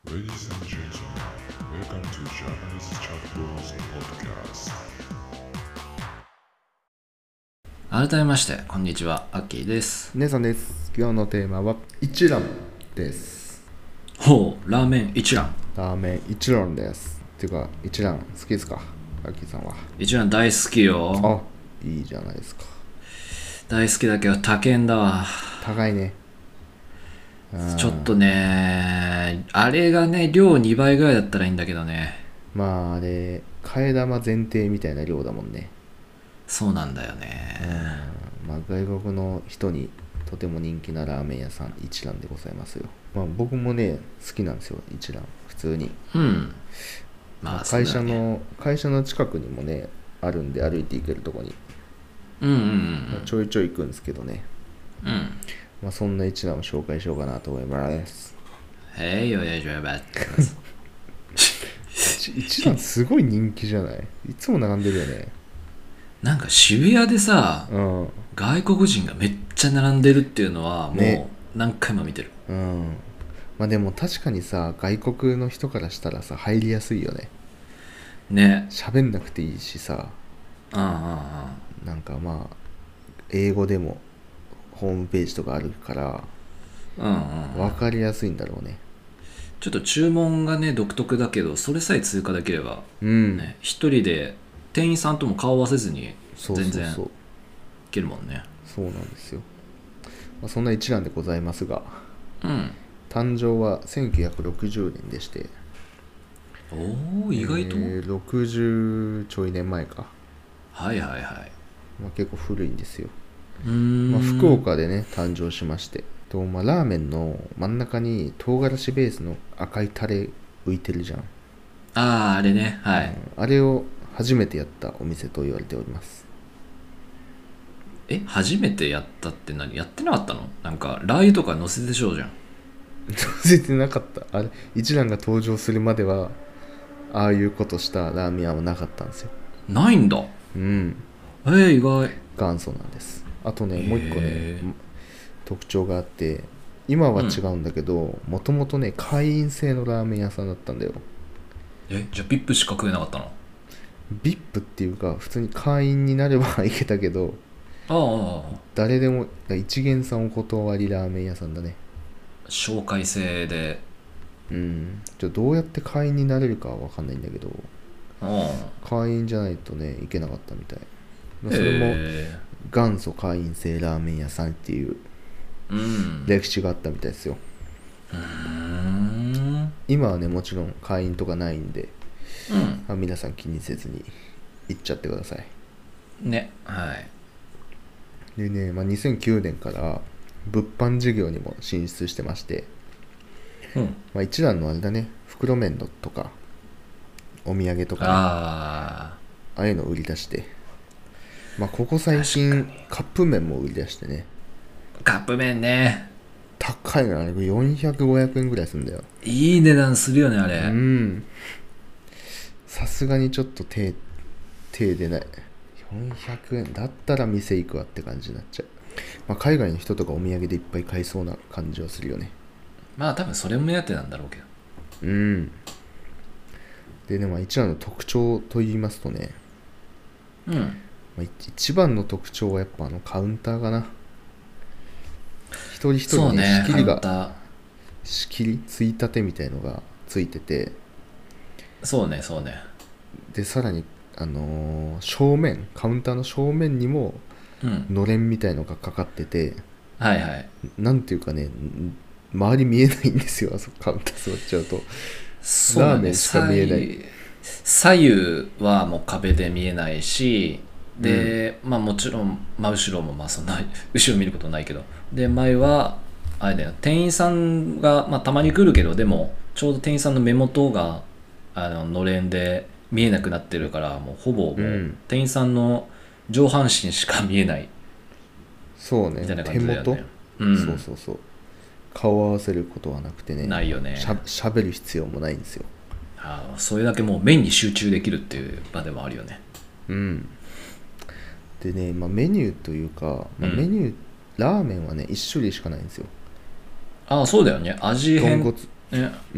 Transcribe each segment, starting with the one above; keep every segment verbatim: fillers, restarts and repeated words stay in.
Ladies and gentlemen, welcome to Japanese Chat Bros Podcast. 改めましてこんにちは、アッキーです。 姉さんです。今日のテーマは一蘭です。 ほう、ラーメン一蘭。 ラーメン一蘭です。っていうか一蘭好きですか、アッキーさんは。 一蘭大好きよ。 あ、いいじゃないですか。 大好きだけど高えんだわ。 高いね。 ちょっとね、あれがね、量にばいぐらいだったらいいんだけどね。 まああれ替え玉前提みたいな量だもんね。 そうなんだよね。 まあ外国の人にとても人気なラーメン屋さん一蘭でございますよ。まあ僕もね好きなんですよ、一蘭。普通に。 うん。まあ会社そうだよね。 の会社の近くにもねあるんで、歩いて行けるとこに、 うんうんうんまあちょいちょい行くんですけどね。 うん。うん。 まあそんな一覧を紹介しようかなと思います。 へいよやじゃば。 一覧すごい人気じゃない？いつも並んでるよね。 なんか渋谷でさ、 うん。 外国人がめっちゃ並んでるっていうのはもねう何回も見てる。 うん。まあでも確かにさ、外国の人からしたらさ、入りやすいよね。 ね。 喋んなくていいしさ、 うんうんうん。 なんかまあ、英語でもホームページとかあるから、 うんうんうん、 わかりやすいんだろうね。 ちょっと注文がね独特だけど、それさえ通過できれば、 うん。 ね、一人で店員さんとも顔合わせずにそうそう全然いそう。 けるもんね。 そうなんですよ。まあ、そんな一覧でございますが、 うん。 誕生はせんきゅうひゃくろくじゅうねんでして、 おお、意外と、 えー、ろくじゅうちょい年前か。 はいはいはい。 まあ、結構古いんですよ。 うーん、 まあ、福岡でね誕生しまして、と、まあ、ラーメンの真ん中に唐辛子ベースの赤いタレ浮いてるじゃん。 あああれね、はい、 うん、あれを初めてやったお店と言われております。 え初めてやったって何やってなかったの？なんかラー油とか乗せてしょうじゃん。 全然なかった。あれ一蘭が登場するまではああいうことしたラーメン屋はなかったんですよ。 ないんだ。 うん。 えー、意外。 元祖なんです。あとねもう一個ねへー特徴があって、今は違うんだけど、もともとね会員制のラーメン屋さんだったんだよ。 えじゃあピップしか食えなかったの？ ブイアイピー っていうか普通に会員になればいけたけど、 ああ、 誰でも一元さんお断りラーメン屋さんだね。 紹介制で。 うんじゃあどうやって会員になれるかは分かんないんだけど、 あ会員じゃないとねいけなかったみたい。 あ、 それもへ元祖会員制ラーメン屋さんっていうーうん歴史があったみたいですよ。 うーん今はねもちろん会員とかないんで、 うんまあ、皆さん気にせずに行っちゃってください。 ね、はい。 でね、まあ、にせんきゅうねんから物販事業にも進出してまして、 うん。 まあ、一蘭のあれだね、袋麺のとかお土産とかね、あああいうのを売り出して、まあ、ここ最近カップ麺も売り出してね、 あ、カップ麺ね。 高いのあれよんひゃくごひゃくえんぐらいするんだよ。 いい値段するよね、あれ。 うん、さすがにちょっと手手出ない。よんひゃくえんだったら店行くわって感じになっちゃう。まあ、海外の人とかお土産でいっぱい買いそうな感じはするよね。 まあ多分それも目当てなんだろうけど。 うん。でね、まあ、一番の特徴と言いますとね、 うん。 まあ、一番の特徴はやっぱあのカウンターかな。一人一人にそうね、 仕切りカウンタが、 ー。 仕切りついたてみたいのがついてて、 そうね、そうね。 でさらにあのー正面カウンターの正面にもうん。 のれんみたいのがかかってて、 はいはい。 なんていうかね、ん周り見えないんですよ、あそこカウンター座っちゃうと。 そうだね、 ラーメンしか見えない左右左右はもう壁で見えないし、で、まあもちろん真後ろもまあそんな後ろ見ることないけど、で前はあれだよ、店員さんが、まあ、たまに来るけど、でもちょうど店員さんの目元があののれんで見えなくなってるから、もうほぼもううん店員さんの上半身しか見えないそうね、 みたいな感手元、 じだよね。うん、 そうそうそう、顔を合わせることはなくてね、 ないよね。 しゃしゃべる必要もないんですよ。 ああ、それだけもう麺に集中できるっていう場でもあるよね。 うんでね、まあ、メニューというか、まあ、 うんメニュー、ラーメンはねいち種類しかないんですよ。 ああ、そうだよね。味変。 豚骨、 ね。 うん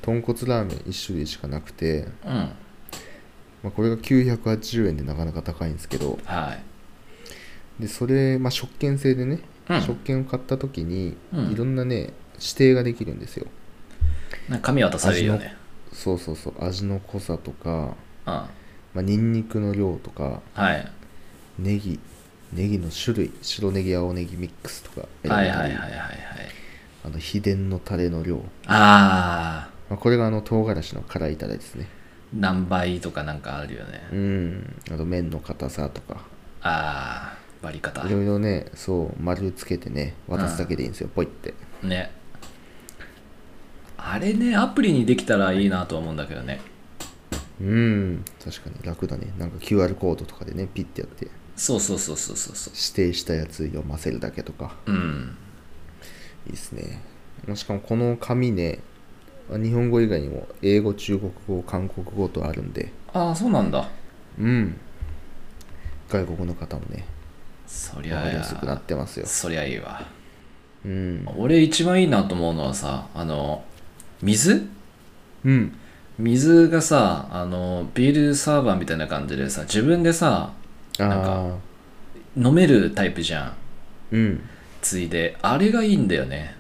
豚骨ラーメンいち種類しかなくて、 うんまあ、これがきゅうひゃくはちじゅうえんでなかなか高いんですけど、 はいでそれ、まあ、食券制でね、 うん食券を買った時に、 うんいろんなね指定ができるんですよ。 なんか紙渡されるよね。 そうそうそう、味の濃さとか、 うんまあ、ニンニクの量とか、 はいネギネギの種類、白ネギ青ネギミックスとか選べたり、 はいはいはいはいはい。 あの秘伝のタレの量、 ああまあ、これがあの唐辛子の辛いタレですね。 何倍とかなんかあるよね。 うんあと麺の硬さとかああ割り方いろいろね、そう丸つけてね渡すだけでいいんですよ、ポイってね。あれねアプリにできたらいいなとは思うんだけどね。 うん確かに楽だね。なんか キューアール コードとかでねピッてやってそうそうそうそうそうそう。 指定したやつ読ませるだけとかうんいいですね。しかもこの紙ね、日本語以外にも英語、中国語、韓国語とあるんで、 ああそうなんだ。 うん外国の方もねそりゃ分かりやすくなってますよ。 そりゃいいわ。 うん俺一番いいなと思うのはさ、あの水うん水がさ、あのビールサーバーみたいな感じでさ、自分でさなんかああ飲めるタイプじゃん。 うんついであれがいいんだよね。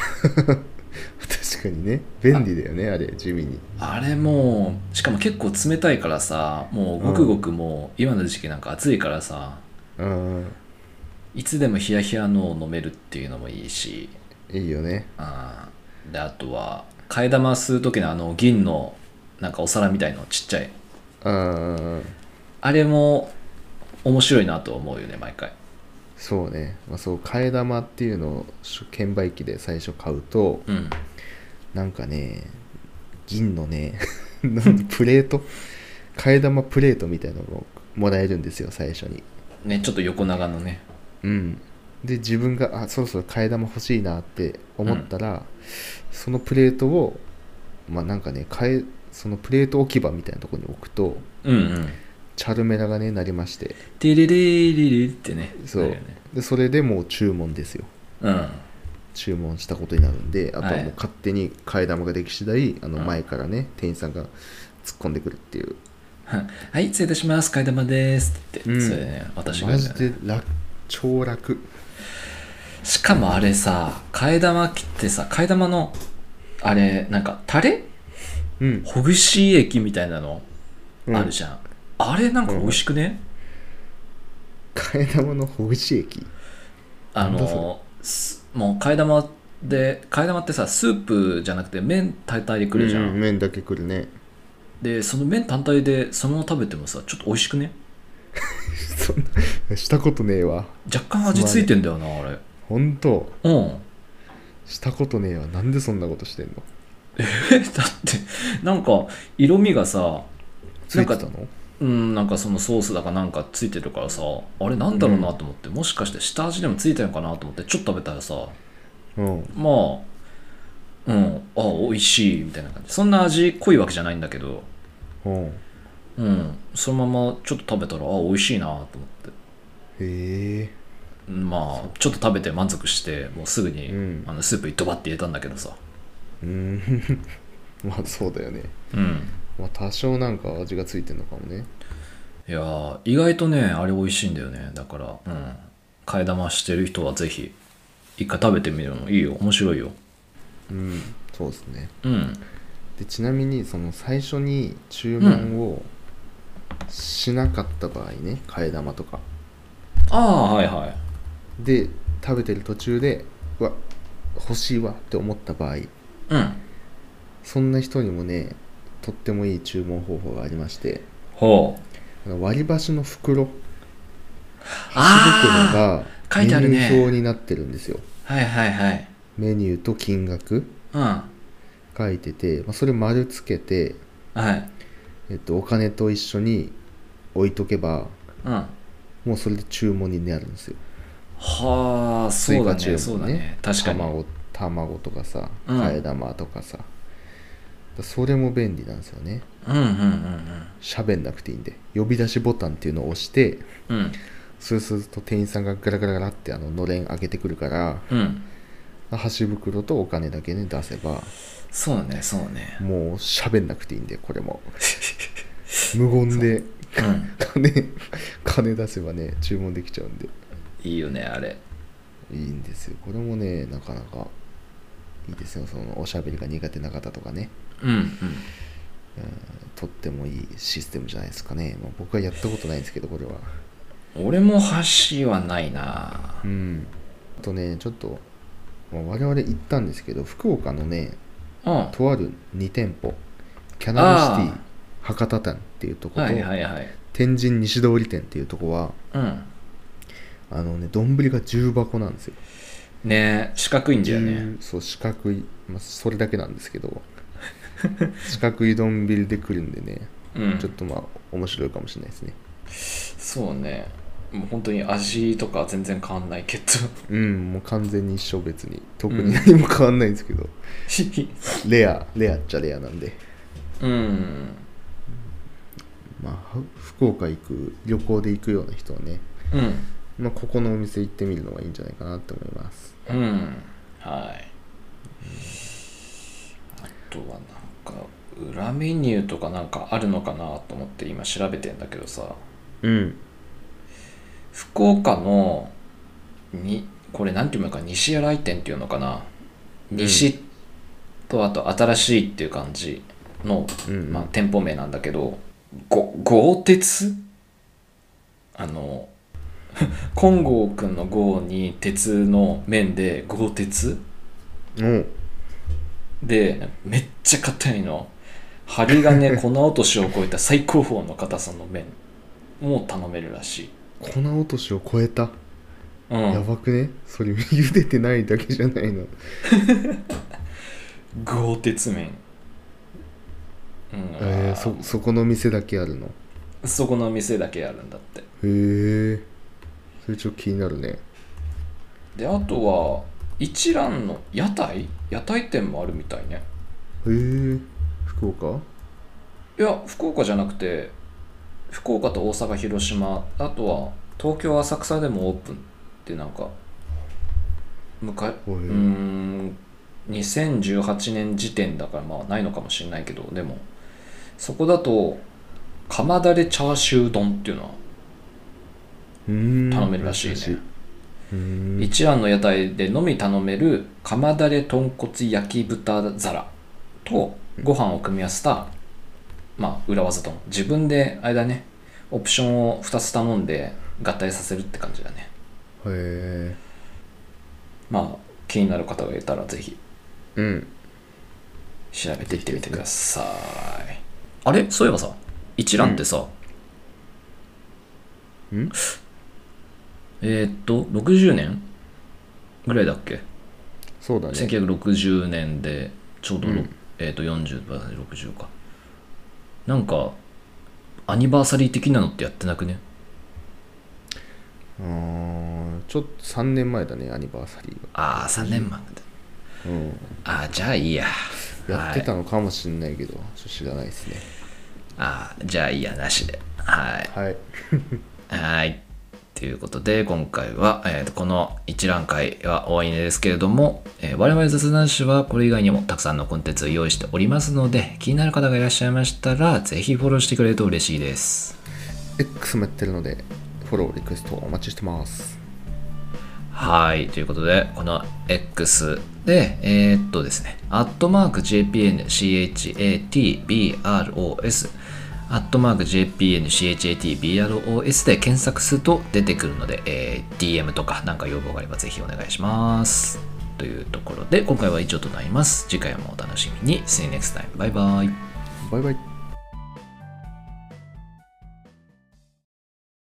確かにね便利だよねあれ地味に。 あれもうしかも結構冷たいからさ、もうごくごくもう今の時期なんか暑いからさ、 うんいつでもヒヤヒヤのを飲めるっていうのもいいし、 いいよね。 あーであとは替え玉吸う時のあの銀のなんかお皿みたいのちっちゃいうんあれも面白いなと思うよね毎回。 そうね、まあ、そう替え玉っていうのを券売機で最初買うとうんなんかね銀のねなんプレート替え玉プレートみたいなのをもらえるんですよ最初に。 ね、ちょっと横長のね。 うんで自分があそろそろ替え玉欲しいなって思ったら、そのプレートをまあなんかね替えそのプレート置き場みたいなところに置くとうんうんチャルメラがねなりまして、 テレレリリってね。 そうなるよね。 でそれでもう注文ですよ。 うん注文したことになるんで、あとははいもう勝手に替え玉ができ次第あのうん前からね店員さんが突っ込んでくるっていう。 はい失礼いたします替え玉ですって言って、 うんそれでね私がマねジで楽超楽。 しかもあれさ替え玉切ってさ替え玉のあれなんかタレうんほぐし液みたいなのうんあるじゃん、あれなんか美味しくね、 替え玉のほぐし液。 あなんだそのすもう替え玉で替え玉ってさスープじゃなくて麺単体でくるじゃん、 うん麺だけくるね。 でその麺単体でそのまま食べてもさちょっと美味しくね。 そんなしたことねえわ。 若干味ついてんだよなあれ。 ほんとうんしたことねえわ。なんでそんなことしてんの。 えだってなんか色味がさついてたの。 うんなんかそのソースだかなんかついてるからさあれなんだろうなと思って、もしかして下味でもついてるのかなと思ってちょっと食べたらさうんまあうんあ美味しいみたいな感じ。そんな味濃いわけじゃないんだけど、 うんうんそのままちょっと食べたらあ美味しいなと思って、 へえ。 まあちょっと食べて満足してもうすぐに、 うんあのスープにドバッて入れたんだけどさ。 うん。まあそうだよね。 うんまあ多少なんか味がついてんのかもね。 いやー意外とねあれ美味しいんだよね。だからうん替え玉してる人はぜひ一回食べてみるのいいよ面白いよ。 うんそうですね。 うんでちなみにその最初に注文をしなかった場合ね、替え玉とかああはいはいで食べてる途中でうわ欲しいわって思った場合、 うんそんな人にもねとってもいい注文方法がありまして、 ほうあの割り箸の袋あ袋が書いてあるねメニュー表になってるんですよ。 はいはいはいメニューと金額うんは書いてて、まあ、それ丸つけて、 いえっと、お金と一緒に置いとけばうんもうそれで注文になるんですよ。 はあそうだね追加注文そうだね確かに卵卵とかさうん替え玉とかさ、だそれも便利なんですよね。 うんうんうん喋んなくていいんで呼び出しボタンっていうのを押してうんそうすると店員さんがガラガラガラってあののれん開けてくるからうん箸袋とお金だけね出せばそうねそうねもう喋んなくていいんで、これも無言で、 うん、 金金出せばね注文できちゃうんでいいよねあれ。 いいんですよ。これもねなかなかいいですよ。そのおしゃべりが苦手な方とかね、 うんうん、 とってもいいシステムじゃないですかね。まあ、僕はやったことないんですけどこれは。 俺も箸はないな。 うんあとねちょっと、まあ、我々行ったんですけど福岡のねうんとあるに店舗キャナルシティ博多店っていうところと、 はいはいはい。 天神西通り店っていうところはうんあのね丼が重箱なんですよ。 ねえ四角いんだよね。 じゅうそう四角い、まあ、それだけなんですけど四角い丼で来るんでね、 うん、 ちょっとまあ面白いかもしれないですね。 そうねもう本当に味とか全然変わんないけどうんもう完全に一緒、別に特に何も変わんないんですけど、レアレアっちゃレアなんで、 うんまあ福岡行く旅行で行くような人はね、 うんまあ、ここのお店行ってみるのがいいんじゃないかなって思います。 うんはい、あとはなんか裏メニューとかなんかあるのかなと思って今調べてんだけどさ、 うん福岡のにこれなんていうのか西新井店っていうのかな、西とあと新しいっていう感じの、 うんまあ、店舗名なんだけど、ご豪鉄あの金剛くんの豪に鉄の面で豪鉄おでめっちゃ硬いの、針金粉落としを超えた最高峰の硬さの麺も頼めるらしい。 粉落としを超えた、 うん、 やばくねそれ茹でてないだけじゃないの豪鉄麺、うんえー、そ, そこの店だけあるの？ そこの店だけあるんだって。 へえそれちょっと気になるね。 であとは一蘭の屋台屋台店もあるみたいね。 へえ福岡？ いや福岡じゃなくて福岡と大阪広島あとは東京浅草でもオープンってなんか向かいうーんにせんじゅうはちねん時点だからまあないのかもしれないけど、でもそこだと釜だれチャーシュー丼っていうのは頼めるらしいね。 うーん一蘭の屋台でのみ頼める釜だれ豚骨焼き豚皿とご飯を組み合わせた、まあ裏技丼、自分であれだねオプションをふたつ頼んで合体させるって感じだね。 へえまあ気になる方がいたらぜひうん調べていってみてください。あれそういえばさ一蘭ってさ、 うんんえー、っとろくじゅうねんぐらいだっけ。 そうだねせんきゅうひゃくろくじゅうねんでちょうど、 うんえー、とよんじゅう、ろくじゅうか。なんかアニバーサリー的なのってやってなくね？ あーちょっとさんねんまえだねアニバーサリーああさんねんまえだ。 が、うん、 ああじゃあいいや。 やってたのかもしれないけど、ちょっと知らないですね。 ああじゃあいいやなしで。はいはいはいということで今回は、えー、とこの一覧会は終わりですけれども、えー我々雑談師はこれ以外にもたくさんのコンテンツを用意しておりますので、気になる方がいらっしゃいましたらぜひフォローしてくれると嬉しいです。 X もやってるのでフォローリクエストお待ちしてます。 はいということでこの X でえー、っとですねアットマーク ジェーピーエヌシーエイチエーティービーアールオーエス アットマーク ジェーピーエヌシーエイチエーティービーアールオーエス で検索すると出てくるので、えー、ディーエム とかなんか要望があればぜひお願いしますというところで今回は以上となります。次回もお楽しみに。 See you next time. バイバイ。 バイバイ。